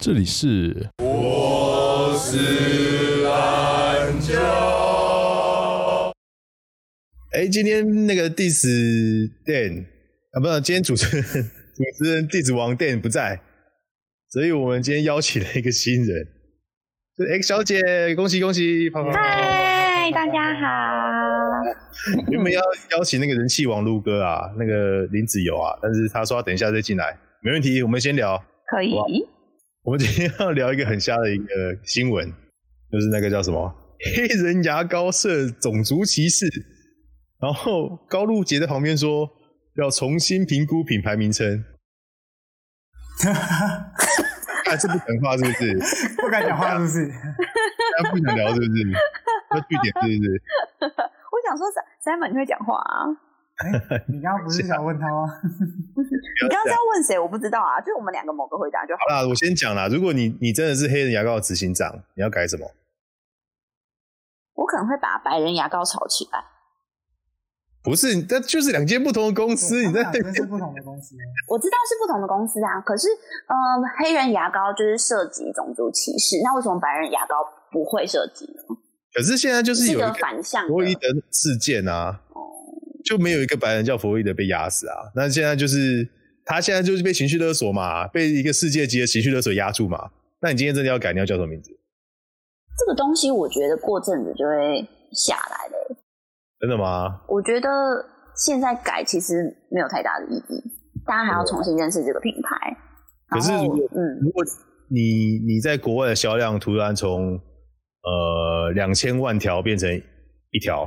这里是我是蓝椒。 今天那个弟子 Dan 不，今天主持人弟子王 Dan 不在，所以我们今天邀请了一个新人，就是 X 小姐，恭喜恭喜！ 嗨，大家好。 原本要邀请那个人气王陆哥啊，那个林子友啊，但是他说他等一下再进来，没问题，我们先聊。 可以。 我们今天要聊一个很瞎的一个新闻，就是那个叫什么黑人牙膏涉种族歧视，然后高露洁在旁边说要重新评估品牌名称。这不讲话是不是？ 不敢讲话是不是？ 不想聊是不是？要据点是不是？ 我想说 Simon 你会讲话啊？ 你刚刚不是想问他吗？ 你刚刚是要问谁？我不知道啊，就我们两个某个回答就好。 好啦，我先讲啦。如果你真的是黑人牙膏的执行长，你要改什么？ 我可能会把白人牙膏炒起来。 不是，那就是两间不同的公司。你在这是不同的公司。 我知道是不同的公司啊，可是黑人牙膏就是涉及种族歧视，那为什么白人牙膏不会涉及呢？ 可是现在就是有一个反向弗洛伊德事件啊。就没有一个白人叫弗洛伊德被压死啊！那现在就是他现在就是被情绪勒索嘛，被一个世界级的情绪勒索压住嘛。那你今天真的要改，你要叫什么名字？ 这个东西我觉得过阵子就会下来了。 真的吗？ 我觉得现在改其实没有太大的意义，大家还要重新认识这个品牌。 可是如果你在国外的销量突然从2000万条变成1条。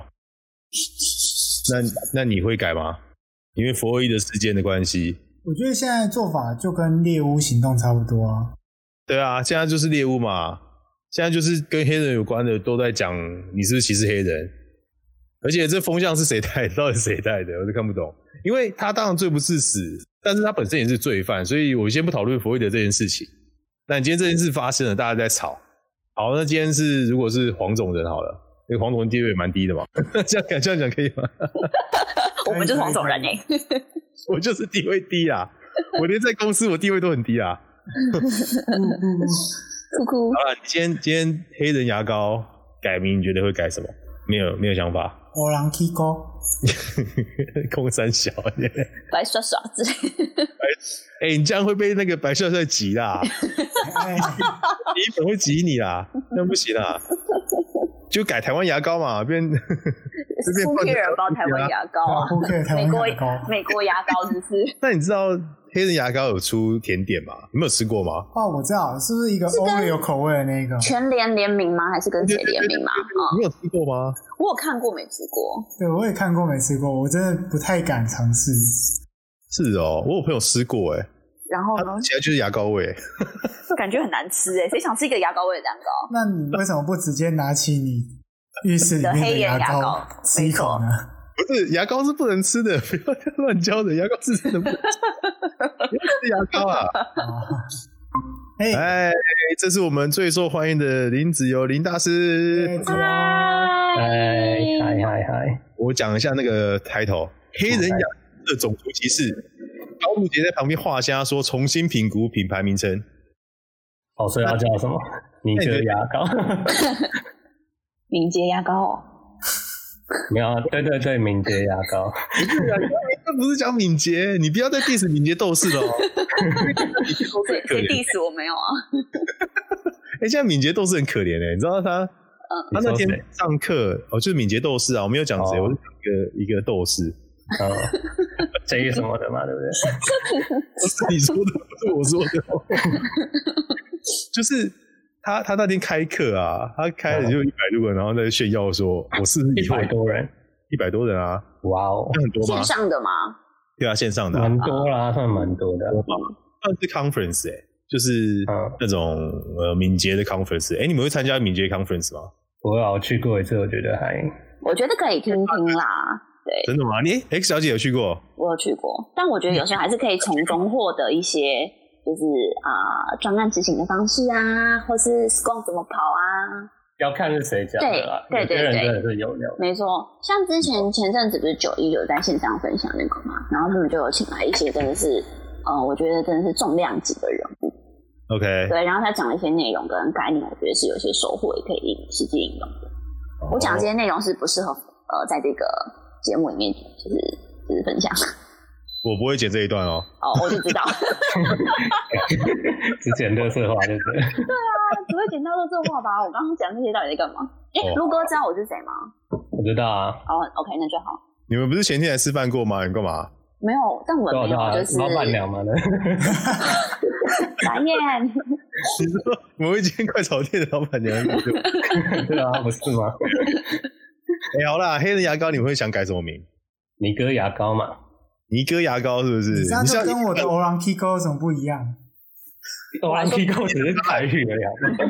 那你会改吗？因为弗洛伊德事件的关系， 我觉得现在做法就跟猎巫行动差不多啊。 对啊，现在就是猎巫嘛，现在就是跟黑人有关的都在讲你是不是歧视黑人，而且这风向是谁带的，到底是谁带的，我都看不懂。因为他当然罪不至死，但是他本身也是罪犯，所以我先不讨论弗洛伊德这件事情。那今天这件事发生了，大家在吵。好，那今天如果是黄种人好了。那个黄种人地位也蛮低的嘛，这样讲可以吗？ 我们就是黄种人欸。 我就是地位低啊，我连在公司我地位都很低啊。 哭哭。 好了，今天黑人牙膏改名，你觉得会改什么？没有想法。 欧郎 Kiko， 空三小， 白刷刷之类。 你这样会被那个白帅帅挤啦，第一本会挤你啦，那不行啦。就改台湾牙膏嘛，变 Superior 包台湾牙膏啊，美国牙膏是不是？ 那你知道黑人牙膏有出甜点吗？你没有吃过吗？ 我知道，是不是一个 Oreo 口味的那个？ 全联联名吗？还是跟谁联名吗？ 你有吃过吗？ 我有看过，没吃过。 对，我也看过，没吃过，我真的不太敢尝试。 是哦，我有朋友吃过然后呢？ 它起来就是牙膏味， 就感觉很难吃谁想吃一个牙膏味的蛋糕？ 那你为什么不直接拿起你浴室里面的牙膏吃一口呢？ 不是，牙膏是不能吃的，不要乱教的，牙膏是真的不能吃。不要吃牙膏啊！这是我们最受欢迎的林子由林大师。 嗨！ 我讲一下那个抬头，黑人牙膏的种族歧视。高露洁在旁边画虾说重新评估品牌名称。 所以要叫什么？敏捷牙膏。 敏捷牙膏没有，对，敏捷牙膏。 这不是讲敏捷，你不要再 diss 敏捷斗士了。 谁 diss 我没有啊？ 现在敏捷斗士很可怜你知道他那天上课就是敏捷斗士啊，我没有讲谁，我是讲一个斗士。 J 什么的嘛，对不对？ 不是你说的，不是我说的。就是他那天开课啊，他开了就100多人，然后在炫耀说我是 100多人 ，100多人啊！ 哇哦， 很多吗？ 线上的吗？ 对啊，线上的蛮多啦，算蛮多的。 算是 conference 就是那种敏捷的 conference。你们会参加敏捷 conference 吗？ 我有去过一次，我觉得可以听听啦。对， 真的吗？你 X 小姐有去过？ 我有去过，但我觉得有时候还是可以从中获得一些，就是专案执行的方式啊，或是 Scrum 怎么跑啊。 要看是谁讲的啦， 对， 有些人真的是有料。 没错，像前阵子不是911有在线上分享那个嘛，然后他们就有请来一些真的是，我觉得真的是重量级的人物。 OK， 对，然后他讲了一些内容跟概念，我觉得是有些收获，也可以实际应用的。我讲这些内容是不适合在这个节目里面就是分享。 我不会剪这一段哦。 我就知道。 只剪垃圾话就是。对啊，只会剪到垃圾话吧？我刚刚讲这些到底在干嘛？陆哥知道我是谁吗？ 我知道啊。 OK， 那就好。 你们不是前天来吃饭过吗？你干嘛？ 没有，但我没有，就是老板娘嘛呢。 傻眼。 你说某一间快炒店的老板娘？ 对啊，不是吗？ 好啦，黑人牙膏你们会想改什么名？ 尼哥牙膏嘛。 尼哥牙膏是不是？ 你这样就跟我的欧朗 Kiko 有什么不一样？ 欧朗 Kiko 只是台语而已。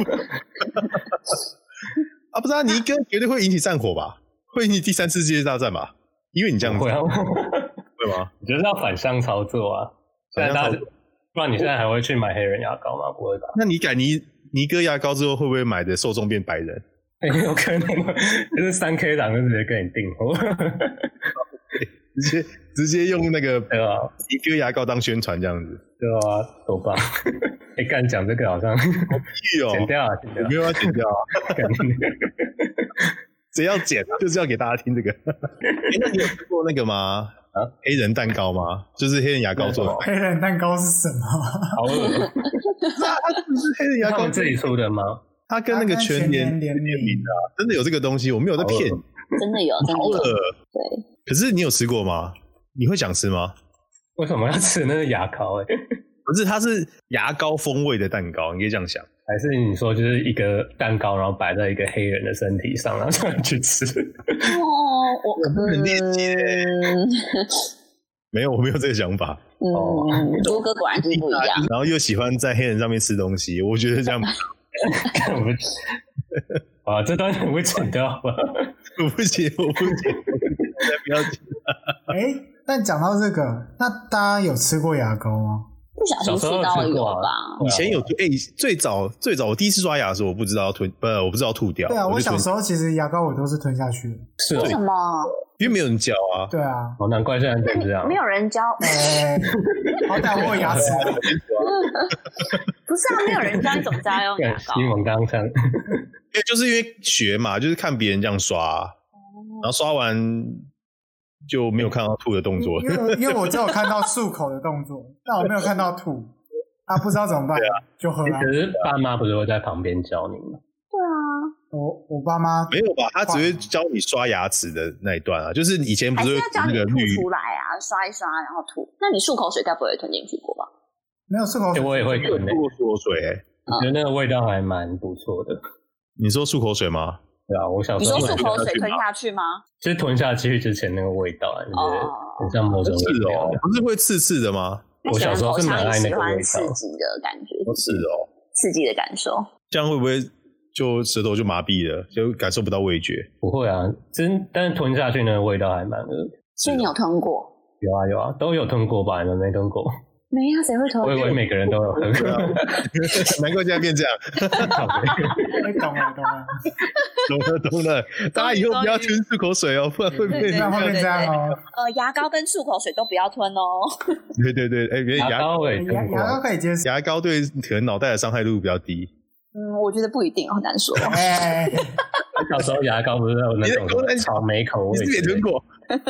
不是啊，尼哥绝对会引起战火吧？会引起第3次世界大战吧？因为你这样子。会吗？ 你觉得要反向操作啊？现在大家，不然你现在还会去买黑人牙膏吗？不会吧？ 那你改尼哥牙膏之后，会不会买的受众变白人？ 有可能，就是3K 党就直接跟你订货。 直接用那个尼哥牙膏当宣传这样子， 对啊，多棒！干讲这个好像剪掉啊， 我没有要剪掉啊，谁要剪啊？就是要给大家听这个。那你有吃过那个吗？黑人蛋糕吗？就是黑人牙膏做的。 黑人蛋糕是什么？ 好恶！ 它不是黑人牙膏， 他们自己出的吗？ 它跟那个全联联名的，真的有这个东西，我没有在骗。 真的有，真的有。 对。可是你有吃过吗？你会想吃吗？ 为什么要吃那个牙膏？ 不是，它是牙膏风味的蛋糕，你可以这样想。 还是你说就是一个蛋糕，然后摆在一个黑人的身体上，然后这样去吃？ 我很猎奇。没有，我没有这个想法。 朱哥果然就是不一样。 然后又喜欢在黑人上面吃东西，我觉得这样。 这段我会剪掉吧？ 我不剪，不要剪。 但讲到这个，那大家有吃过牙膏吗？ 不小心吃到有吧？ 以前有最早我第一次刷牙的时候，我不知道我不知道吐掉。 对啊，我小时候其实牙膏我都是吞下去的。 是为什么？ 因为没有人教啊。 对啊。 难怪现在变这样。 没有人教。 好歹我有牙齿。 不是啊，没有人教你怎么要用牙膏。 新闻刚刚讲。 就是因为学嘛，就是看别人这样刷，然后刷完就没有看到吐的动作。 因为我只有看到漱口的动作，但我没有看到吐。不知道怎么办，就喝了。 可是爸妈不是会在旁边教你吗？ 对啊， 我爸妈没有吧？他只会教你刷牙齿的那一段啊，就是以前不是会教你吐出来啊，刷一刷然后吐。那你漱口水该不会吞进去过吧？ 没有漱口水， 我也会吞漱口水。 我觉得那个味道还蛮不错的。 你说漱口水吗？ 对啊，我小时候。 你说漱口水吞下去吗？ 就是吞下去之前那个味道，就是很像某种味道。 不是会刺刺的吗？ 我小时候是蛮爱那个味道。 刺激的感觉。 是哦。 刺激的感受。这样会不会就舌头就麻痹了，就感受不到味觉？ 不会啊，但是吞下去那个味道还蛮恶的。 所以你有吞过？ 有啊，都有吞过吧？你们没吞过？ 没啊，谁会吞？ 我以为每个人都有吞过。 难怪现在变这样。懂了。大家以后不要吞漱口水哦，不然会变这样哦。 牙膏跟漱口水都不要吞哦。 对， 牙膏可以接受， 牙膏对可能脑袋的伤害度比较低。 我觉得不一定，很难说。 小时候牙膏不是有那种草莓口味？ 你是不是也吞过？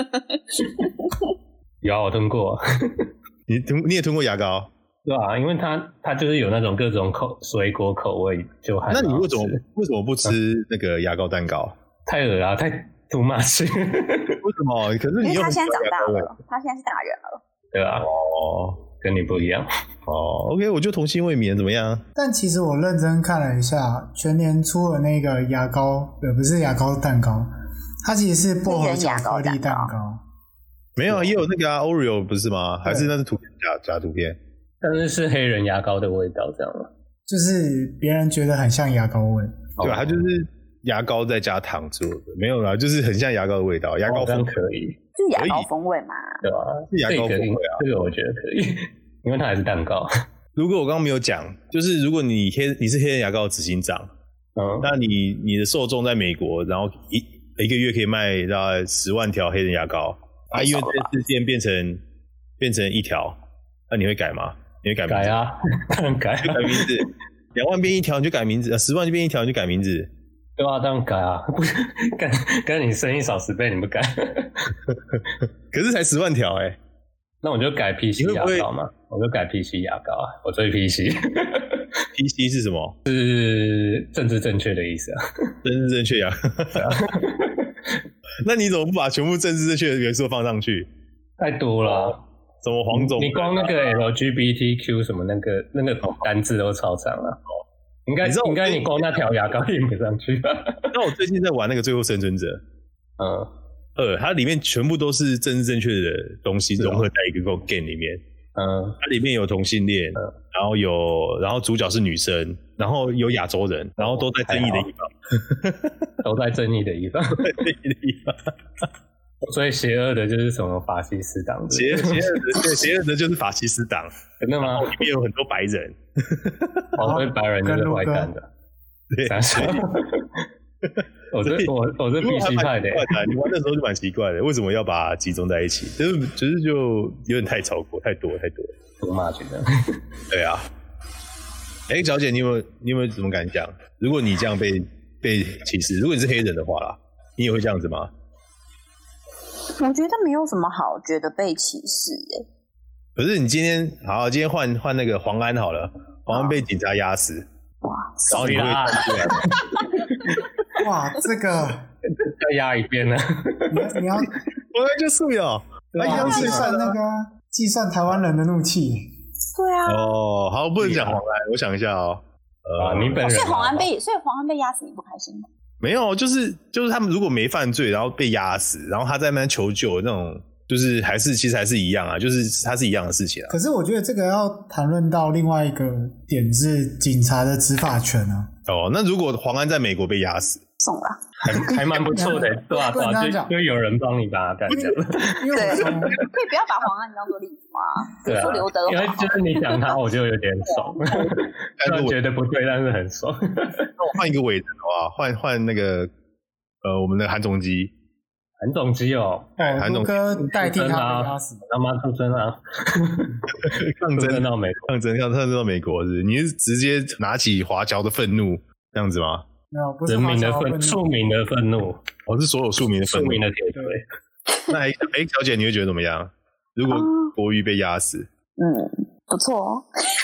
有，我吞过。 你也吞过牙膏？ 对啊，因为它就是有那种各种水果口味，就还。 那你为什么不吃那个牙膏蛋糕？ 太恶了，太 too much。为什么？可是你因为他现在长大了，他现在是大人了。 对啊。跟你不一样。 OK， 我就童心未泯，怎么样？ 但其实我认真看了一下，全联出了那个牙膏，不是牙膏蛋糕，它其实是薄荷巧克力蛋糕。 没有，也有那个Oreo 不是吗？还是那是图片假图片？ 但是黑人牙膏的味道，这样吗？ 就是别人觉得很像牙膏味。 对啊，它就是牙膏再加糖做的，没有啦，就是很像牙膏的味道，牙膏风可以， 是牙膏风味嘛？ 对吧？ 是牙膏风味啊， 这个我觉得可以，因为它还是蛋糕。 如果我刚刚没有讲，就是如果你是黑人牙膏的执行长，那你的受众在美国，然后一个月可以卖大概10万条黑人牙膏，因为这件事件变成一条，那你会改吗？ 你会改名字？ 改啊，当然改、啊， 就改名字。2万变1条你就改名字，10万就变1条你就改名字。 对啊，当然改啊，跟你生意少10倍你不改？ 可是才10万条欸。 那我就改 PC 牙膏嘛，我就改 PC 牙膏啊，我追 PC。 PC 是什么？ 是政治正确的意思啊， 政治正确呀。那你怎么不把全部政治正确的元素放上去？ 太多了、啊。 什么黄种？ 你光那个 LGBTQ 什么那个单字都超长了。应该你光那条牙膏印不上去吧？ 那我最近在玩那个《最后生存者》。它里面全部都是政治正确的东西融合在一个 game 里面。它里面有同性恋，然后主角是女生，然后有亚洲人，然后都在正义的一方， 都在正义的一方，所以邪恶的就是什么法西斯党的， 邪恶的就是法西斯党， 真的吗？ 里面有很多白人， 所以白人就是坏蛋的， 对。 我是 PC 派的， 你玩的时候就蛮奇怪的，为什么要把它集中在一起？就是就有点太超过，太多了。 多骂觉得。 对啊。小姐，你有没有什么感想？如果你这样被歧视，如果你是黑人的话啦，你也会这样子吗？ 我觉得没有什么好觉得被歧视欸。 可是你今天换那个黄安好了，黄安被警察压死， 哇， 然后你会站出来。 哇，这个要压一遍呢。 你要， 我就素有， 他要计算台湾人的怒气。 对啊。 哦，好，不能讲黄安，我想一下哦。 你本人。 所以黄安被压死，你不开心吗？ 没有，就是他们如果没犯罪，然后被压死，然后他在那边求救那种，就是其实还是一样啊，就是它是一样的事情啊。 可是我觉得这个要谈论到另外一个点是警察的执法权啊。 那如果黄安在美国被压死， 送了， 还蛮不错的，对啊，就有人帮你把他干掉。 对，可以不要把黄安当做例子吗？ 对啊， 说刘德华， 因为就是你讲他，我就有点爽，但是觉得不对，但是很爽。 那我换一个伟人好不好？换那个我们的韩总机。 韩总机哦， 韩总哥代替他被压死， 他妈出征啊！ 抗争到美国， 抗争到美国是？你是直接拿起华侨的愤怒这样子吗？ 没有，不是人民的庶民的愤怒， 我是所有庶民的愤怒， 庶民的铁锤。 那小姐，你会觉得怎么样？如果国瑜被压死？ 不错哦。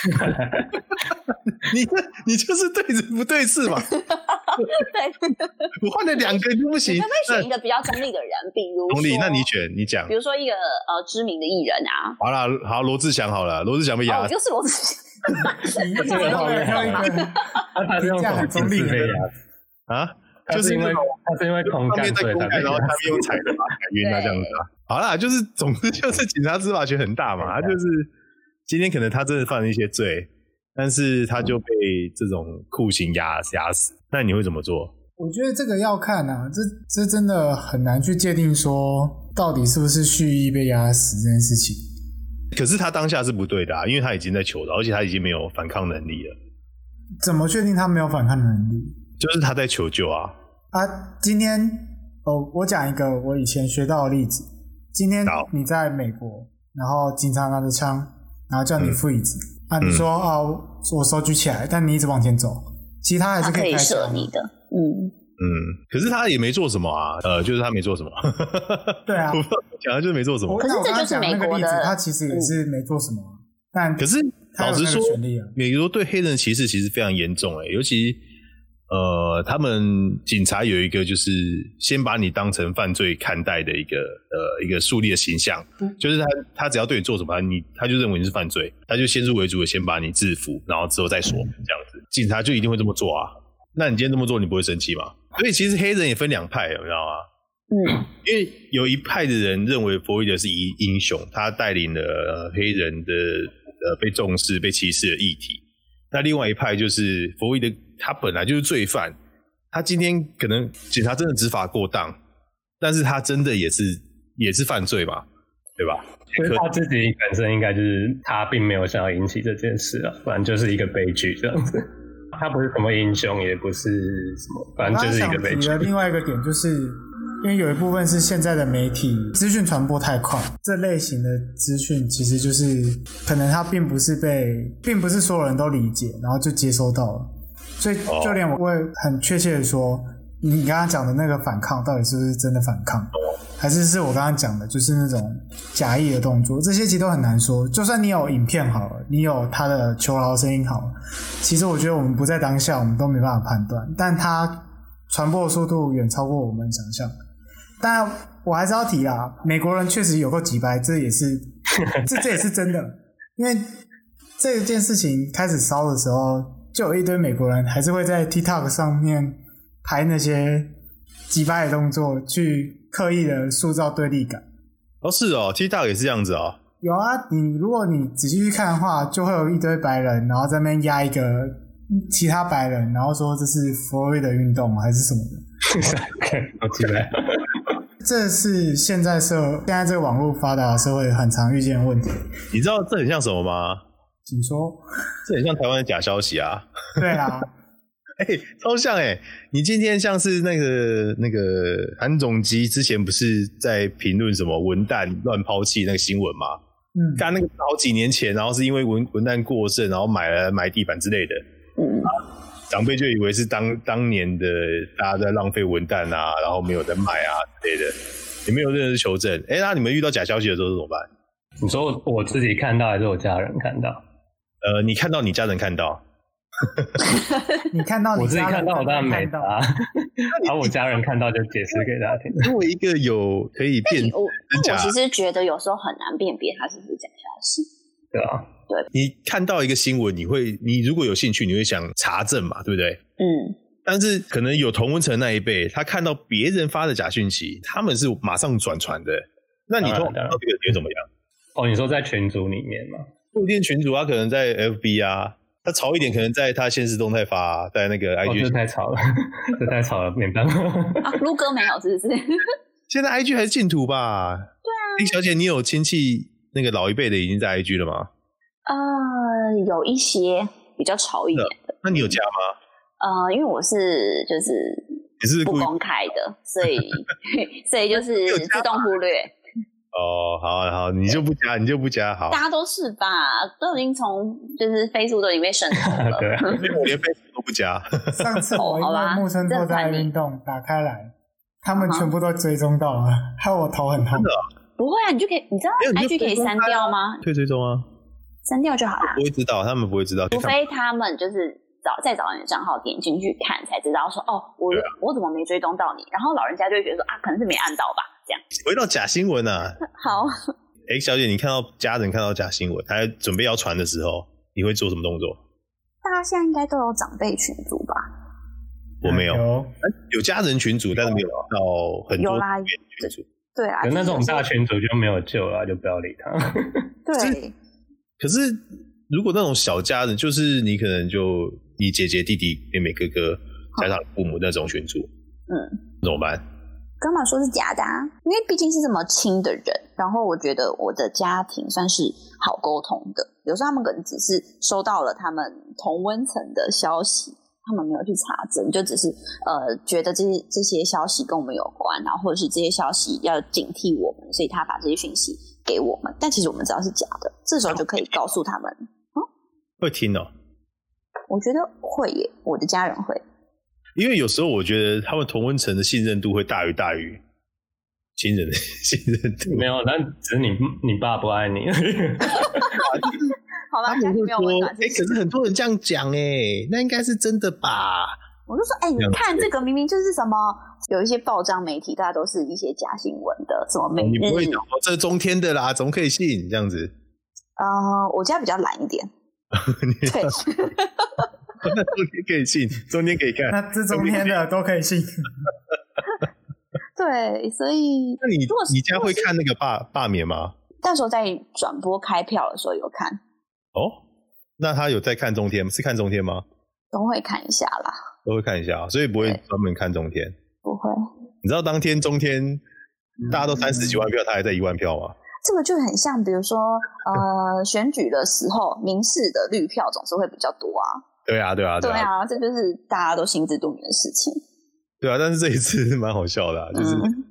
你就是对人不对事嘛。 对， 我换了2个就不行。 你可不可以选一个比较中立的人？比如说中立， 那你讲。 比如说一个知名的艺人啊。 好啦，好，罗志祥好了，罗志祥被压死。 就是罗志祥。 这个好厉害吗？他是用什么中立被压死啊？就是因为空干，所以才被压死。 然后他们用踩的把他踩晕啊，这样子啊。好啦，总之就是警察执法权很大嘛，他就是今天可能他真的犯了一些罪，但是他就被这种酷刑压死，那你会怎么做？ 我觉得这个要看啊，这真的很难去界定说到底是不是蓄意被压死这件事情。 可是他当下是不对的啊，因为他已经在求饶，而且他已经没有反抗能力了。 怎么确定他没有反抗能力？ 就是他在求救啊。 今天我讲一个我以前学到的例子。今天你在美国，然后警察拿着枪，然后叫你 freeze，你说我手举起来，但你一直往前走，其实他还是可以射你的。 可是他也没做什么啊，就是他没做什么。 对啊， 我讲的就是没做什么。 可是这就是美国的， 他其实也是没做什么，但可是老实说，美国对黑人歧视其实非常严重尤其他们警察有一个就是先把你当成犯罪看待的一个树立的形象，就是他只要对你做什么，他就认为你是犯罪，他就先入为主的先把你制服，然后之后再说这样子，警察就一定会这么做啊。那你今天这么做，你不会生气吗？所以其实黑人也分2派，你知道吗？因为有一派的人认为弗洛伊德是英雄，他带领了黑人的被重视、被歧视的议题。那另外一派就是弗洛伊德，他本来就是罪犯，他今天可能警察真的执法过当，但是他真的也是犯罪嘛，对吧？ 所以他自己本身应该就是他并没有想要引起这件事啊，不然就是一个悲剧这样子。他不是什么英雄，也不是什么，反正就是一个悲剧。 另外一个点就是， 因为有一部分是现在的媒体资讯传播太快，这类型的资讯其实就是可能它并不是所有人都理解，然后就接收到了，所以就连我会很确切的说，你刚刚讲的那个反抗到底是不是真的反抗，还是我刚刚讲的就是那种假意的动作，这些其实都很难说。就算你有影片好了，你有他的求饶声音好了，其实我觉得我们不在当下，我们都没办法判断，但它传播的速度远超过我们想象。当然我还是要提啦，美国人确实有够几掰，这也是真的，因为这件事情开始烧的时候，就有一堆美国人还是会在 TikTok 上面拍那些几掰的动作，去刻意的塑造对立感。 是哦 TikTok 也是这样子哦。 有啊，如果你仔细去看的话，就会有一堆白人，然后在那边压一个其他白人，然后说这是弗洛伊德运动还是什么的。 好奇怪。 这是现在这个网络发达的社会很常遇见的问题。 你知道这很像什么吗？ 请说。 这很像台湾的假消息啊。 对啊。 超像你今天像是那个韩总机之前不是在评论什么文旦乱抛弃那个新闻吗？干那个好几年前，然后是因为文旦过剩，然后买地板之类的。长辈就以为是当年的大家在浪费文旦啊，然后没有在买啊之类的，也没有任何求证。那你们遇到假消息的时候怎么办？ 你说我自己看到还是我家人看到？ 你看到你家人看到。 你看到你家人看到， 我自己看到我当然没答，然后我家人看到就解释给大家听。 作为一个有可以辨真假， 我其实觉得有时候很难辨别它是不是假消息。 对啊， 对。 你看到一个新闻，你如果有兴趣，你会想查证嘛，对不对？但是可能有同温层那一辈，他看到别人发的假讯息，他们是马上转传的。那你通常看到这个你会怎么样？ 你说在群组里面吗？ 不一定群组，他可能在 FB 啊。他吵一点，可能在他限时动态发，在那个 IG。 这太吵了，这太吵了，没办法。 陆哥没有是不是？ 现在 IG 还是净土吧？对啊。林小姐，你有亲戚那个老一辈的已经在 IG 了吗？ 有一些比较潮一点的。 那你有加吗？ 因为我是就是不公开的，所以就是自动忽略。 好，你就不加，好。 大家都是吧，都已经从就是 Facebook 都已经被渗透了。 对， 我连 Facebook 都不加。 上次我因为木村拓哉运动打开来，他们全部都追踪到了，害我头很痛。 不会啊，你知道 IG 可以删掉吗？ 退追踪啊， 删掉就好了。 不会知道，他们不会知道， 除非他们就是再找你的账号点进去看，才知道说我怎么没追踪到你？然后老人家就会觉得说可能是没按到吧。 回到假新闻啊， 好。 小姐，你看到家人看到假新闻，他准备要传的时候，你会做什么动作？ 大家现在应该都有长辈群组吧？ 我没有，有家人群组，但是没有到很多群组。 对啊， 有那种大群组就没有救了，就不要理他。 对。 可是如果那种小家人，就是你可能就你姐姐、弟弟、妹妹、哥哥加上父母那种群组，怎么办？ 干嘛说是假的啊？因为毕竟是这么亲的人，然后我觉得我的家庭算是好沟通的。有时候他们可能只是收到了他们同温层的消息，他们没有去查证，就只是觉得这些消息跟我们有关，然后或者是这些消息要警惕我们，所以他把这些讯息给我们，但其实我们知道是假的，这时候就可以告诉他们。 会听哦？我觉得会耶，我的家人会。 因为有时候我觉得他们同温层的信任度会大于亲人的信任度。 没有，但只是你爸不爱你。 好吧，家庭没有温暖。 可是很多人这样讲那应该是真的吧？ 我就说你看这个明明就是什么，有一些报章媒体，大家都是一些假新闻的，什么每日。 你不会讲说这是中天的啦，怎么可以信这样子？ 我家比较懒一点。对。 那中天可以信，中天可以看， 那这中天的都可以信。 对，所以那你家会看那个罢免吗？ 那时候在转播开票的时候有看。 那他有在看中天？是看中天吗？ 都会看一下啦。 都会看一下，所以不会专门看中天。 不会。 你知道当天中天大家都30几万票，他还在1万票吗？ 这个就很像，比如说选举的时候，民视的绿票总是会比较多啊。 对啊， 这就是大家都心知肚明的事情。 对啊，但是这一次蛮好笑的就是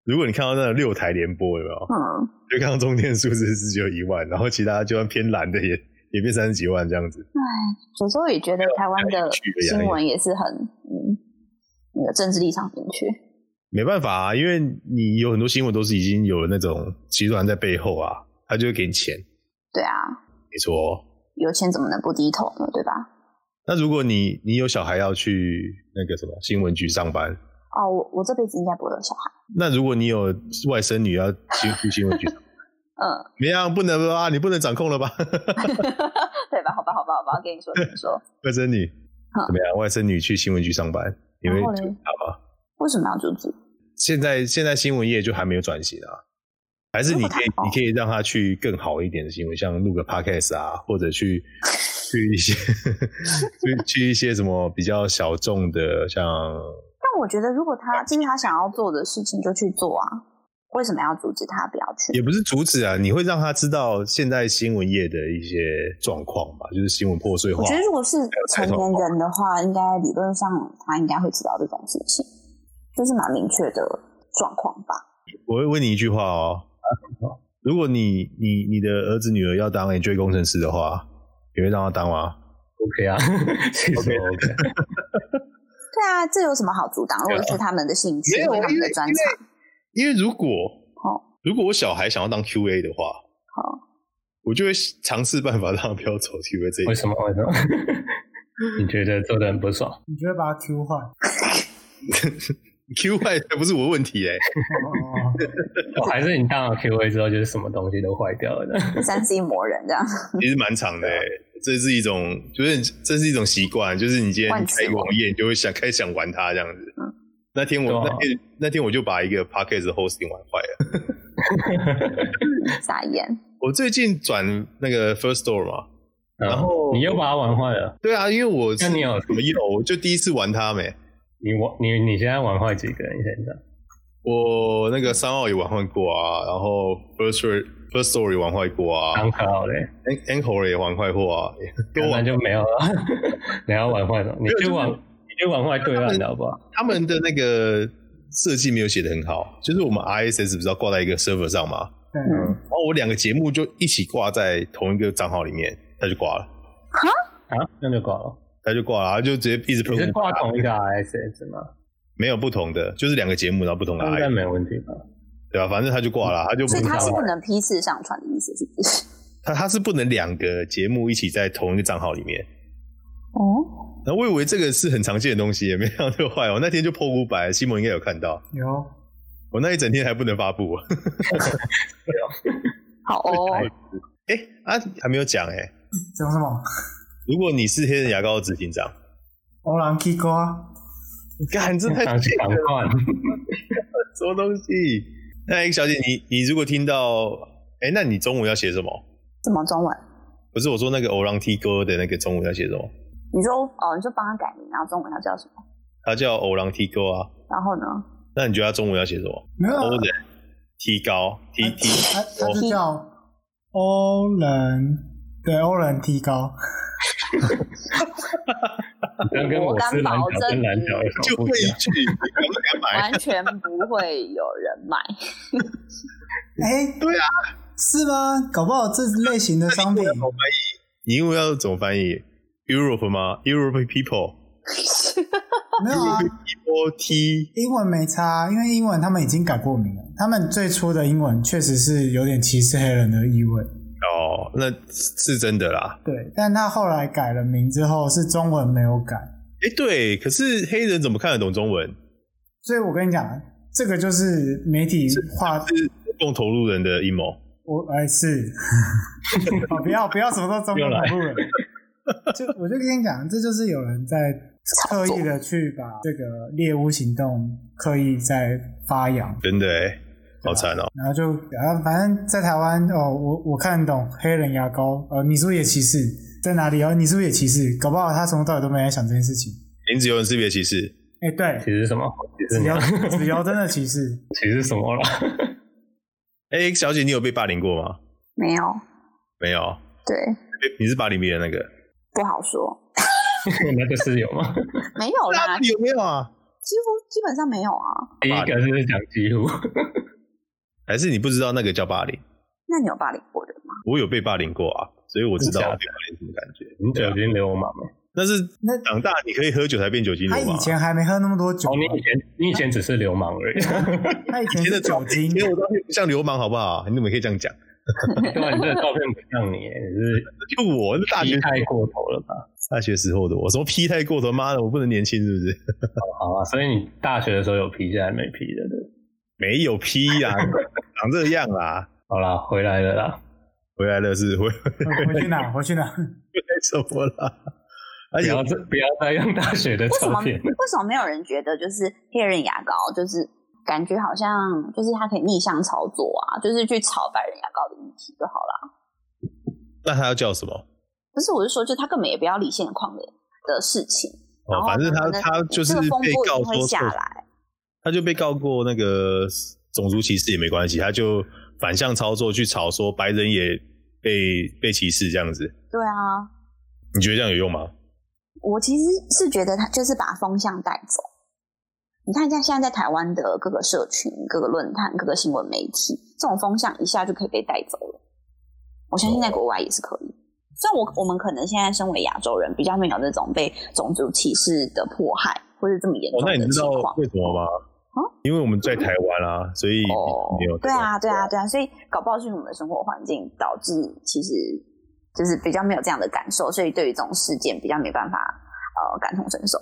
如果你看到那6台联播有没有？就看到中间的数字是只有1万，然后其他就算偏蓝的也变30几万这样子。 有时候也觉得台湾的新闻也是很那个政治立场明确。 没办法啊，因为你有很多新闻都是已经有了那种集团在背后啊，他就会给你钱。对啊，没错。有钱怎么能不低头呢？对吧？那如果你有小孩要去那个什么新闻局上班，我这辈子应该不会有小孩。那如果你有外甥女要去新闻局上班，没样不能吧？你不能掌控了吧？对吧？好吧，我跟你说，外甥女怎么样？外甥女去新闻局上班，你会阻止她吗？为什么要阻止？现在新闻业就还没有转型啊，还是你可以让他去更好一点的新闻，像录个 podcast 啊，或者去一些去一些什么比较小众的，像。但我觉得如果这是他想要做的事情，就去做啊，为什么要阻止他不要去？也不是阻止啊，你会让他知道现在新闻业的一些状况吧，就是新闻破碎化。我觉得如果是成年人的话，应该理论上他应该会知道这种事情。就是蛮明确的状况吧。我会问你一句话哦，如果你的儿子女儿要当 Android 工程师的话，你会让他当吗 ？OK 啊 ，OK。对啊，这有什么好阻挡？如果是他们的兴趣，他们的专长。因为如果我小孩想要当 QA 的话，我就会尝试办法让他不要走 QA 这一块。为什么？你觉得做得很不爽？ 你觉得把他 Q 坏 ？Q 坏不是我问题还是你当了 QA 之后就是什么东西都坏掉了的 3C 魔人这样。 其实蛮长的这是一种习惯，就是你今天开一个网页，你就会开始想玩它这样子。那天我就把一个 podcast hosting 玩坏了。傻眼。我最近转那个 First Store 嘛，然后你又把它玩坏了。 对啊，因为我什么我就第一次玩它没。 你现在玩坏几个人？现在我那个3号也玩坏过啊，然后 First Story 玩坏过啊 ，Anchor 也玩坏过啊， 那就没有了。你要玩坏什么？你就玩坏对岸的好不好？ 他们的那个设计没有写得很好，就是我们 RSS 不是要挂在一个 server 上吗？然后我2个节目就一起挂在同一个账号里面，他就挂了。 那就挂了。 他就挂了，他就直接一直。 你是挂同一个 RSS 吗？ 没有不同的，就是2个节目，然后不同的 RSS。应该没问题吧？对啊，反正他就挂了，他就。所以他是不能批次上传的意思，是不是？他是不能2个节目一起在同一个账号里面。然后我以为这个是很常见的东西，也没想到就坏。我那天就破500，西蒙应该有看到。有。我那一整天还不能发布。好哦。还没有讲讲什么？ 如果你是黑人牙膏的执行长， 欧朗 K 哥， 干这太强了，什么东西？那小姐，你如果听到，那你中文要写什么？什么中文？不是我说那个欧朗 T 哥的那个中文要写什么？你说你就帮他改名，然后中文要叫什么？他叫欧朗 T 哥啊。然后呢？那你觉得他中文要写什么？ 没有。 欧人 T 高 T， 他是叫欧人，对，欧人 T 高。 我敢保证就会一句， 完全不会有人买。 对啊， 是吗？搞不好这类型的商品， 你英文要怎么翻译 ？Europe 吗 ？Europe people 没有啊 ，People T 英文没差，因为英文他们已经改过名了。他们最初的英文确实是有点歧视黑人的意味。 那是真的啦。 对，但他后来改了名之后，是中文没有改。 对，可是黑人怎么看得懂中文？ 所以我跟你讲，这个就是媒体化， 是共投入人的阴谋。 是，不要什么都中共投入人。我就跟你讲，这就是有人在刻意的去把这个猎巫行动刻意在发扬。 真的好惨哦！ 然后反正在台湾我看得懂黑人牙膏你是不是也歧视？在哪里你是不是也歧视？搞不好他从头到尾都没在想这件事情。 名字有人识别歧视？ 对， 歧视什么？ 只有真的歧视？ 歧视什么了？ 小姐，你有被霸凌过吗？ 没有。 没有？ 对。 你是霸凌别人那个？ 不好说。 那个是有吗？ 没有啦。 有没有啊？ 基本上没有啊。 第一个是讲几乎， 还是你不知道那个叫霸凌？ 那你有霸凌过人吗？ 我有被霸凌过啊，所以我知道被霸凌什么感觉。 你酒精流氓吗？ 但是长大你可以喝酒才变酒精流氓。 他以前还没喝那么多酒。 哦，你以前只是流氓而已。 他以前是酒精， 因为我照片不像流氓，好不好？你怎么可以这样讲？ 对啊，你这个照片不像你，你是就我是大学太过头了吧？ 大学时候的我，什么 P 太过头？妈的，我不能年轻是不是？ 好啊，所以你大学的时候有 P， 现在没 P 的，对？ 没有 P 啊，长这样啦。 好啦，回来了啦， 回来了是回去哪？回去哪？ 回来什么啦？ 不要再用大学的照片。 为什么没有人觉得就是黑人牙膏就是感觉好像就是它可以逆向操作啊，就是去炒白人牙膏的议题就好啦。 那他要叫什么？ 不是，我是说，就他根本也不要理现况的事情。 哦，反正他就是被告说下来， 他就被告过那个种族歧视也没关系，他就反向操作去炒说白人也被歧视这样子。 对啊， 你觉得这样有用吗？ 我其实是觉得他就是把风向带走。你看现在在台湾的各个社群、各个论坛、各个新闻媒体，这种风向一下就可以被带走了。我相信在国外也是可以。虽然我们可能现在身为亚洲人，比较没有那种被种族歧视的迫害，或是这么严重的情况。 那你知道为什么吗？因为我们在台湾啊，所以没有。 对啊，所以搞不好是我们的生活环境导致，其实就是比较没有这样的感受，所以对于这种事件比较没办法感同身受。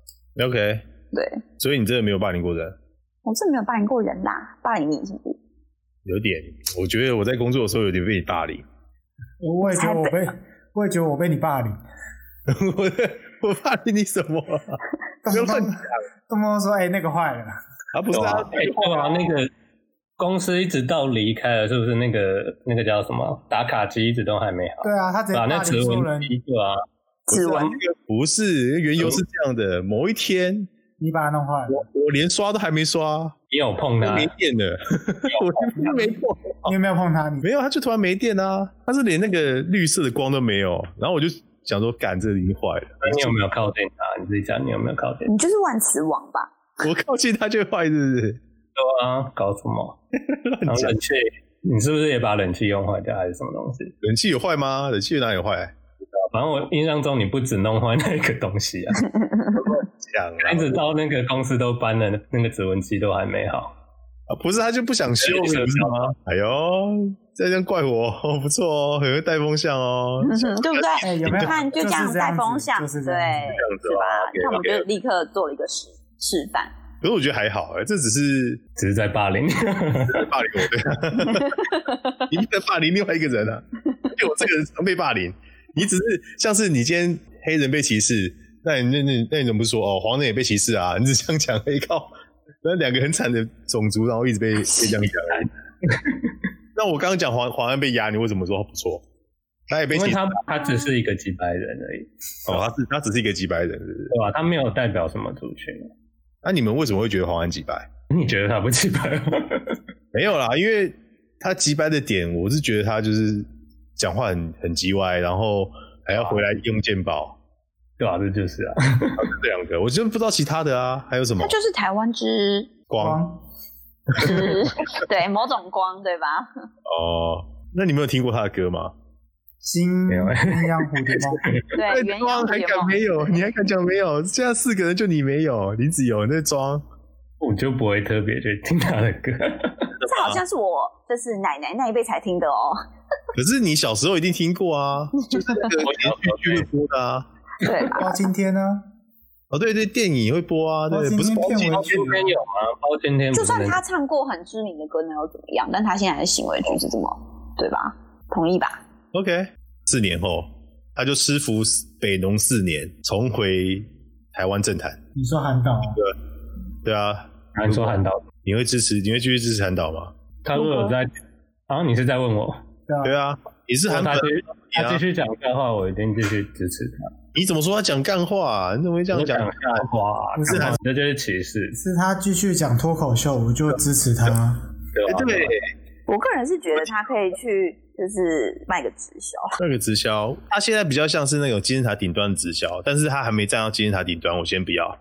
OK， 对， 所以你真的没有霸凌过人？ 我真的没有霸凌过人啦，霸凌你是不是？ 有点，我觉得我在工作的时候有点被你霸凌。 我也觉得我被你霸凌。 我霸凌你什么？不要乱讲。 动不动说那个坏了啊，不是啊， 对啊，那个公司一直到离开了，是不是那个叫什么打卡机一直都还没好？ 对啊，他直接把那指纹机对啊， 指纹不是缘由是这样的，某一天你把它弄坏了， 我连刷都还没刷， 你有碰它？ 没电了，我没碰。 你有没有碰它？ 没有，它就突然没电啊，它是连那个绿色的光都没有，然后我就想说，干，这已经坏了。 你有没有靠近它？你自己讲，你有没有靠近？ 你就是万磁王吧？ 我靠近它就坏，是不是？ 对啊，搞什么？ 乱讲。 冷气，你是不是也把冷气用坏掉，还是什么东西？ 冷气有坏吗？冷气哪里有坏？ 反正我印象中你不只弄坏那个东西啊，一直到那个公司都搬了，那个指纹机都还没好啊！不是他就不想修，不是吗？哎呦，这样怪我，不错哦，很会带风向哦， 对不对？ 有没有？ 你看，就这样带风向， 对，是吧？那我们就立刻做了一个示范。 可是我觉得还好，这只是在霸凌， 霸凌我，对，你在霸凌另外一个人啊，就我这个人常被霸凌，你只是像是你今天黑人被歧视，那你怎么不说黄人也被歧视啊？你只这样讲，靠，那两个很惨的种族，然后一直被这样讲而已。那我刚刚讲黄人被压，你为什么说不错？他也被歧视，因为他只是一个几百人而已。 他只是一个几百人，是不是？ 对吧？他没有代表什么族群。 那你们为什么会觉得黄安几白？ 你觉得他不几白吗？ 没有啦，因为他几白的点，我是觉得他就是讲话很叽歪，然后还要回来用健保， 对啊，这就是啊， 这两个，我真不知道其他的啊，还有什么？ 他就是台湾之光， 对，某种光，对吧？ 哦，那你没有听过他的歌吗？ 鸳鸯蝴蝶梦， 对，鸳鸯还敢没有？你还敢讲没有？现在4个人就你没有，你只有，你在装。 我就不会特别去听他的歌， 这好像是我就是奶奶那一辈才听的哦。 可是你小时候一定听过啊，就是那个连续剧会播的啊。 对吧？ 包青天呢？ 哦，对，电影会播啊，对，不是包青天有吗？包青天就算他唱过很知名的歌，那又怎么样？但他现在的行为举止这么，对吧？同意吧？ OK， 4年后，他就师服北农4年，重回台湾政坛。 你说韩导？ 对啊， 你说韩导， 你会继续支持韩导吗？ 他如果在，你是在问我？ 对啊，你是韩导， 他继续讲干话，我一定继续支持他。 你怎么说他讲干话？你怎么会这样讲干话？不是，这就是歧视。 是他继续讲脱口秀，我就支持他。 对， 我个人是觉得他可以去。就是卖个直销， 他现在比较像是那种金字塔顶端的直销，但是他还没站到金字塔顶端，我先不要，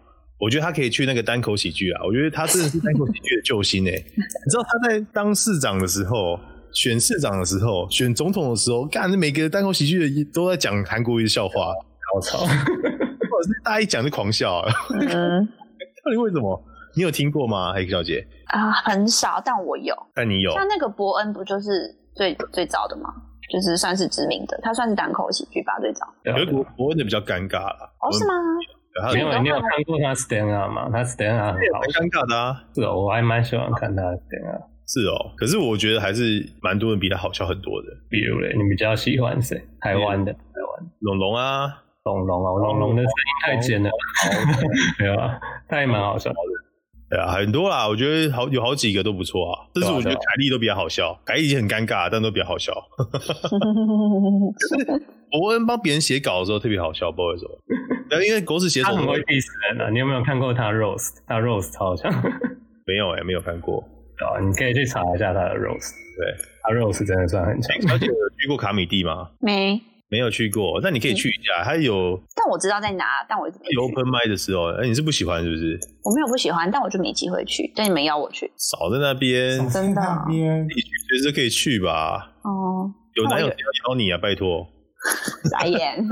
我觉得他可以去那个单口喜剧啊，我觉得他真的是单口喜剧的救星你知道他在当市长的时候、选市长的时候、选总统的时候，干每个单口喜剧的都在讲韩国瑜的笑话， 高潮， 或者是大家一讲就狂笑啊。到底为什么？你有听过吗，黑小姐？ 很少，但我有。 但你有？ 像那个伯恩不就是最早的吗？就是算是知名的，他算是单口喜剧吧，最早。 可是伯恩的比较尴尬啦。 是吗？ 你有看过他 stand up 吗？他 stand up 很尴尬的啊。 是哦，我还蛮喜欢看他 stand up。 是哦，可是我觉得还是蛮多人比他好笑很多的。 比如嘞，你比较喜欢谁？台湾的龙龙啊， 龙龙的声音太尖了，没有啊，他也蛮好笑的。 对啊，很多啦，我觉得有好几个都不错啊。但是我觉得凯莉都比较好笑，凯莉已经很尴尬，但都比较好笑。可是伯恩帮别人写稿的时候特别好笑，不知道为什么。因为狗屎写手他很会 diss 人啊。你有没有看过他 roast？ 他 roast 超好笑。 没有没有看过。 你可以去查一下他的 roast。对，他 roast 真的算很强。 小姐有去过卡米蒂吗？ 没有去过，但你可以去一下，它有。 但我知道在哪，但我一直没去。 有 open mic 的时候，你是不喜欢是不是？ 我没有不喜欢，但我就没机会去。但你们邀我去， 少在那边， 真的， 你随时可以去吧。 哦， 有男友要邀你啊，拜托。 傻眼。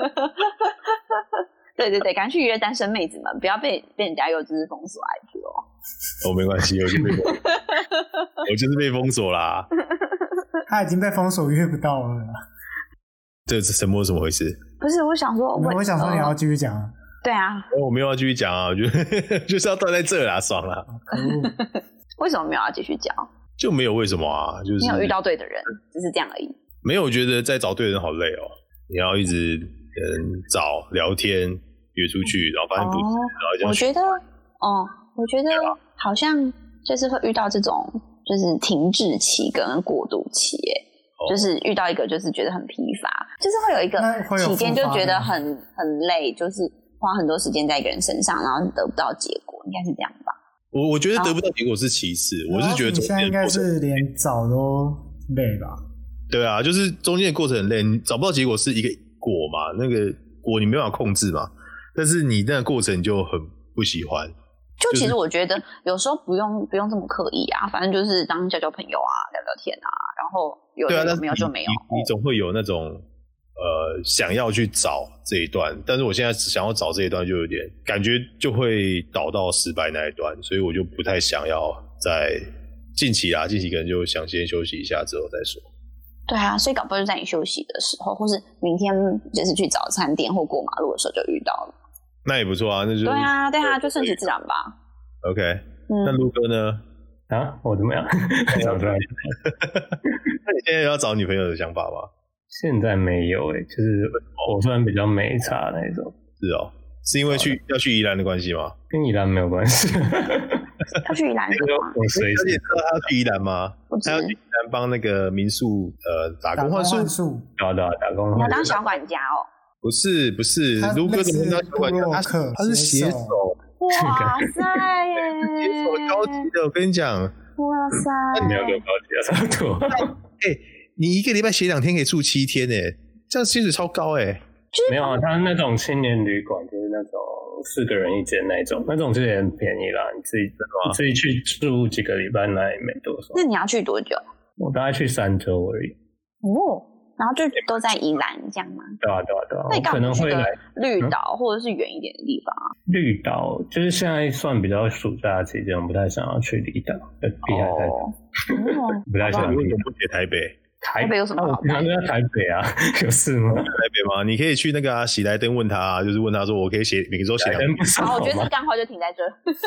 对，赶快去约单身妹子们，不要被人家又就是封锁 IG 哦。 没关系，我就是被封锁啦。 他已经被封锁，约不到了。 这沉默是怎么回事？ 不是，我想说你要继续讲啊。 对啊， 我没有要继续讲啊，我觉得就是要断在这啦，爽啦。 为什么没有要继续讲？ 就没有为什么啊，就是你有遇到对的人，只是这样而已。 没有，我觉得在找对的人好累哦，你要一直找聊天约出去，然后发现不是，然后这样。 我觉得好像就是会遇到这种就是停滞期跟过渡期耶。就是遇到一个就是觉得很疲乏，就是会有一个期间就觉得很累，就是花很多时间在一个人身上，然后得不到结果，应该是这样吧。 我觉得得不到结果是其次，我是觉得你现在应该是连找都累吧？对啊，就是中间的过程很累，你找不到结果是一个果嘛，那个果你没办法控制嘛，但是你那个过程就很不喜欢。 就其实我觉得有时候不用这么刻意啊，反正就是当交朋友啊，聊聊天啊，然后有没有就没有。 你总会有那种想要去找这一段，但是我现在想要找这一段就有点感觉就会导到失败那一段，所以我就不太想要在近期可能就想先休息一下之后再说。 对啊，所以搞不好就在你休息的时候，或是明天就是去早餐店或过马路的时候就遇到了。 那也不错啊，那就对啊，就顺其自然吧。 OK，那陆哥呢？ 我怎么样？ 找出来。那你现在要找女朋友的想法吗？ 现在没有就是我算比较没差那种。 是哦，是因为要去宜兰的关系吗？ 跟宜兰没有关系。 要去宜兰吗？ 我随时。 你知道他要去宜兰吗？他要去宜兰帮那个民宿打工换宿。 对，打工换宿。 你要当小管家哦。 不是，卢哥怎么当小管家？他是写手。 哇塞耶！ 写手高级的，我跟你讲。 哇塞！ 没有给我高级啊，差不多。 你一个礼拜写2天可以住7天这样薪水超高没有啊，他那种青年旅馆就是那种4个人1间那种其实也很便宜啦。你自己去住几个礼拜那也没多少。 那你要去多久？ 我大概去3周而已。 然后就都在宜兰这样吗？ 对啊。 那你可能会来绿岛或者是远一点的地方啊？ 绿岛就是现在算比较暑假期间，我不太想要去离岛，避开太多。不太想。 为什么不写台北？ 台北有什么好？ 我平常都在台北啊，有事吗？ 台北吗？你可以去那个喜来登问他就是问他说我可以每个周写2天。 好，我觉得这干话就停在这。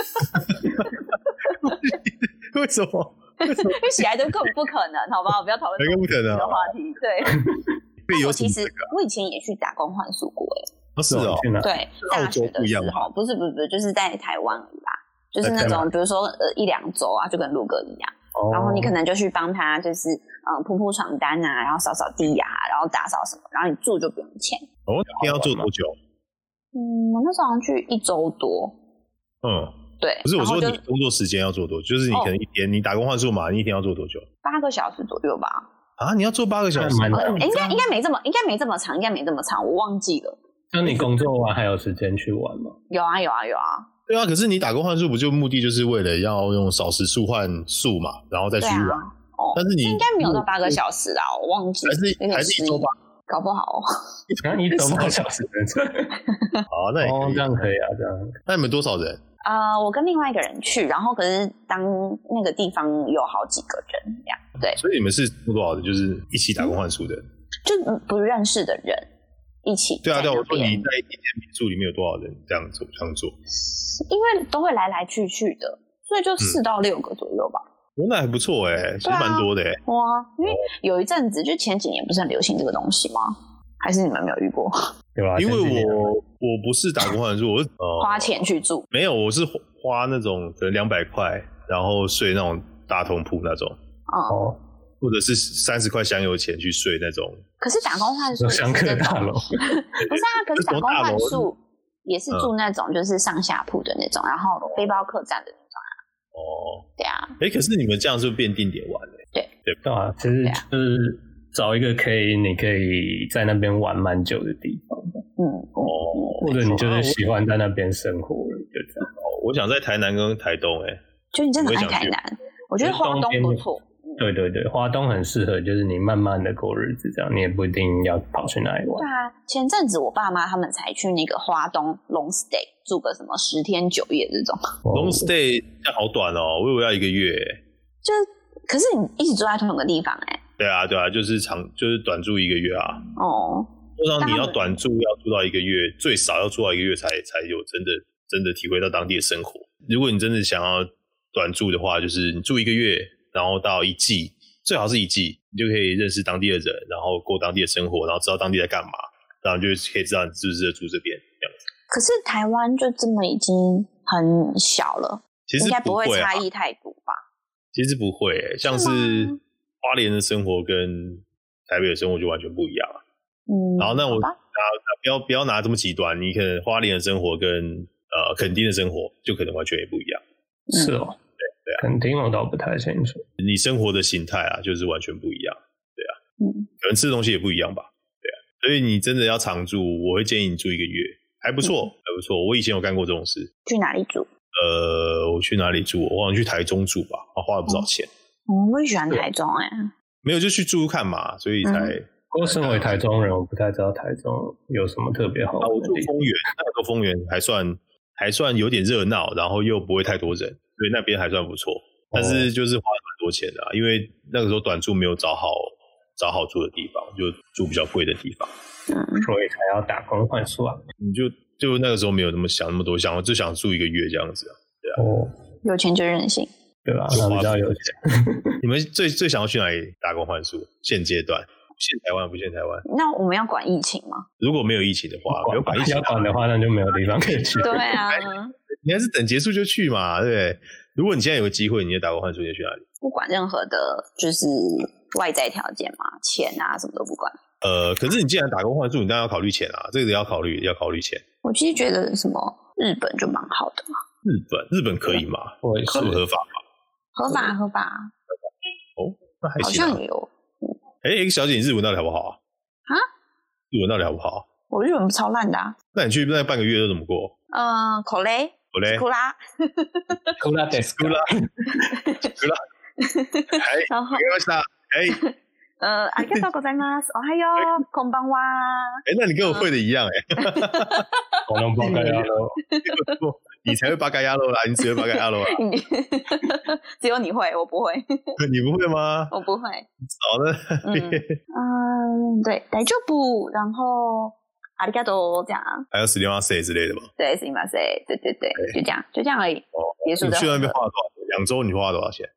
为什么？ 因为喜来登根本不可能，好不好？不要讨论这个话题。对，我以前也去打工换宿过是哦， 对，大学的时候不是，就是在台湾而已啦，就是那种比如说1-2周啊，就跟陆哥一样。然后你可能就去帮他，就是铺床单啊，然后扫扫地啊，然后打扫什么，然后你住就不用钱。 一天要做多久？ 我那时候好像去1周多。对， 不是我说你工作时间要做多久？就是你可能一天你打工换宿嘛，你一天要做多久 ？8个小时左右吧。 你要做8个小时？ 应该没这么长，我忘记了。 那你工作完还有时间去玩吗？ 有啊。 对啊，可是你打工换宿不就目的就是为了要用少时数换宿嘛，然后再去玩。但是你应该没有到8个小时啦，我忘记还是1周8， 搞不好 1周8小时好，那也可以这样可以啊，这样。 那你们多少人？ 我跟另外一个人去，然后可是当那个地方有好几个人这样，对。 所以你们是多少人？就是一起打工换宿的？ 就不认识的人一起。 对啊，对啊，我说你在一间民宿里面有多少人这样做？ 因为都会来来去去的，所以就4到6个左右吧。 那还不错其实蛮多的哇，因为有一阵子就前几年不是很流行这个东西吗？还是你们没有遇过？ 对吧？ 因为我不是打工换宿，我是花钱去住。 没有，我是花那种可能200块，然后睡那种大通铺那种。或者是30块香油钱去睡那种。 可是打工换宿香客大楼， 不是啊？可是打工换宿也是住那种就是上下铺的那种，然后背包客栈的那种啊。对啊。 可是你们这样是不是变定点玩的？ 对啊，其实就是找一个你可以在那边玩蛮久的地方。或者你就是喜欢在那边生活，就这样。 我想在台南跟台东就你真的爱台南，我觉得花东不错。 对对对，花东很适合，就是你慢慢的过日子，这样你也不一定要跑去哪里玩。 对啊，前阵子我爸妈他们才去那个花东 long stay 住个什么10天9夜这种。 long stay 这样好短哦，我以为要1个月。 可是你一直住在同一个地方对啊对啊，就是短住1个月啊。通常你要短住要住到1个月，最少要住到1个月才有真的体会到当地的生活。如果你真的想要短住的话，就是你住1个月。然后到1季，最好是1季，你就可以认识当地的人，然后过当地的生活，然后知道当地在干嘛，然后就可以知道你是不是适合住这边这样子。 可是台湾就这么已经很小了， 其实应该不会差异太多吧？ 其实不会像是花莲的生活跟台北的生活就完全不一样。然后那我不要拿这么极端，你可能花莲的生活跟垦丁的生活就可能完全也不一样。 是哦。对啊，垦丁我倒不太清楚。 你生活的形态啊，就是完全不一样。对啊，可能吃的东西也不一样吧。对啊，所以你真的要常住，我会建议你住1个月，还不错，还不错。我以前有干过这种事。 去哪里住？ 我去哪里住？我好像去台中住吧，花了不少钱。 我也喜欢台中没有就去住看嘛，所以才。 不过身为台中人，我不太知道台中有什么特别好的地方。 我住丰原，那个丰原还算有点热闹，然后又不会太多人。所以那边还算不错，但是就是花了蛮多钱的因为那个时候短住没有找好住的地方，就住比较贵的地方， 所以才要打工换宿啊。 你就那个时候没有想那么多，就想住1个月这样子对啊。 有钱就任性， 对吧？那比较有钱。 你们最想要去哪里打工换宿？现阶段不限台湾。 那我们要管疫情吗？ 如果没有疫情的话，没有管疫情要管的话，那就没有地方可以去。 对啊。 你还是等结束就去嘛，对不对？如果你现在有个机会，你就打工换宿，你去哪里？ 不管任何的，就是外在条件嘛，钱啊什么都不管。 可是你既然打工换宿，你当然要考虑钱啊，这个要考虑钱。 我其实觉得什么日本就蛮好的嘛。 日本可以吗？合法吗？ 合法。 那还行。 好像有。 X 小姐，你日文到底好不好啊？日文到底好不好？ 我日文超烂的那你去那半个月都怎么过？ 口雷。库拉ですか。 然后ありがとうございます。おはよう、こんばんは。 那你跟我会的一样我能巴嘎亚罗。 你才会巴嘎亚罗啦，你只会巴嘎亚罗啦。 只有你会，我不会。 你不会吗？ 我不会。 少的。 对，大丈夫，然后。ありがとう这样还有すみません之类的吗？ 对，すみません，对，就这样而已。结束。 你去那边花了多少钱？2周你花了多少钱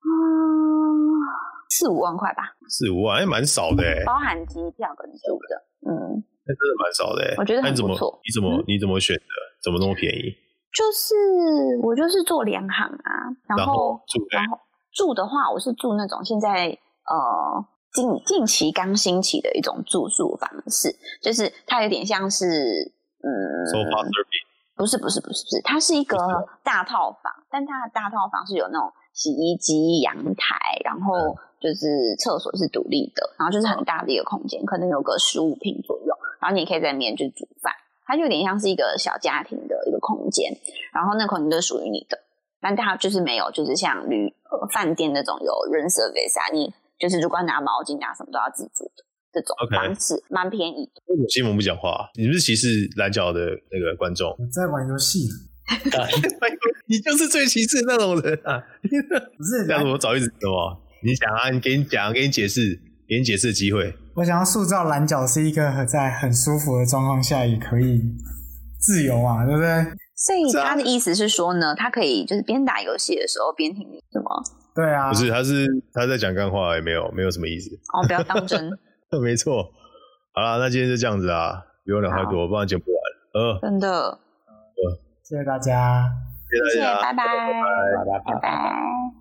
？4-5万块吧。 4-5万，蛮少的包含机票跟住的。 那真的蛮少的我觉得很不错。 你怎么选的？怎么那么便宜？ 我就是做联航啊，然后住的话，我是住那种现在近期刚兴起的一种住宿方式，就是它有点像是 sofa service。 不是，它是一个大套房，但它的大套房是有那种洗衣机、阳台，然后就是厕所是独立的，然后就是很大的一个空间，可能有个15坪左右，然后你也可以在里面就煮饭，它就有点像是一个小家庭的一个空间，然后那个空间就是属于你的，但它就是没有就是像饭店那种有 room service 啊，你就是如果要拿毛巾啊什么都要自助的这种方式，蛮便宜的。 为什么西蒙不讲话？你是不是歧视蓝角的那个观众？ 我在玩游戏。 你就是最歧视那种人啊！ 不是这样子，我早一直什么？你讲啊，给你解释的机会。 我想要塑造蓝角是一个在很舒服的状况下也可以自由嘛，对不对？ 所以他的意思是说呢，他可以就是边打游戏的时候边听你，是吗？ 对啊， 不是，他在讲干话，也没有什么意思。 哦，不要当真。 没错。好啦，那今天就这样子啊，不用聊太多，不然剪不完。 真的。 谢谢大家， 谢谢大家， 拜拜， 拜拜。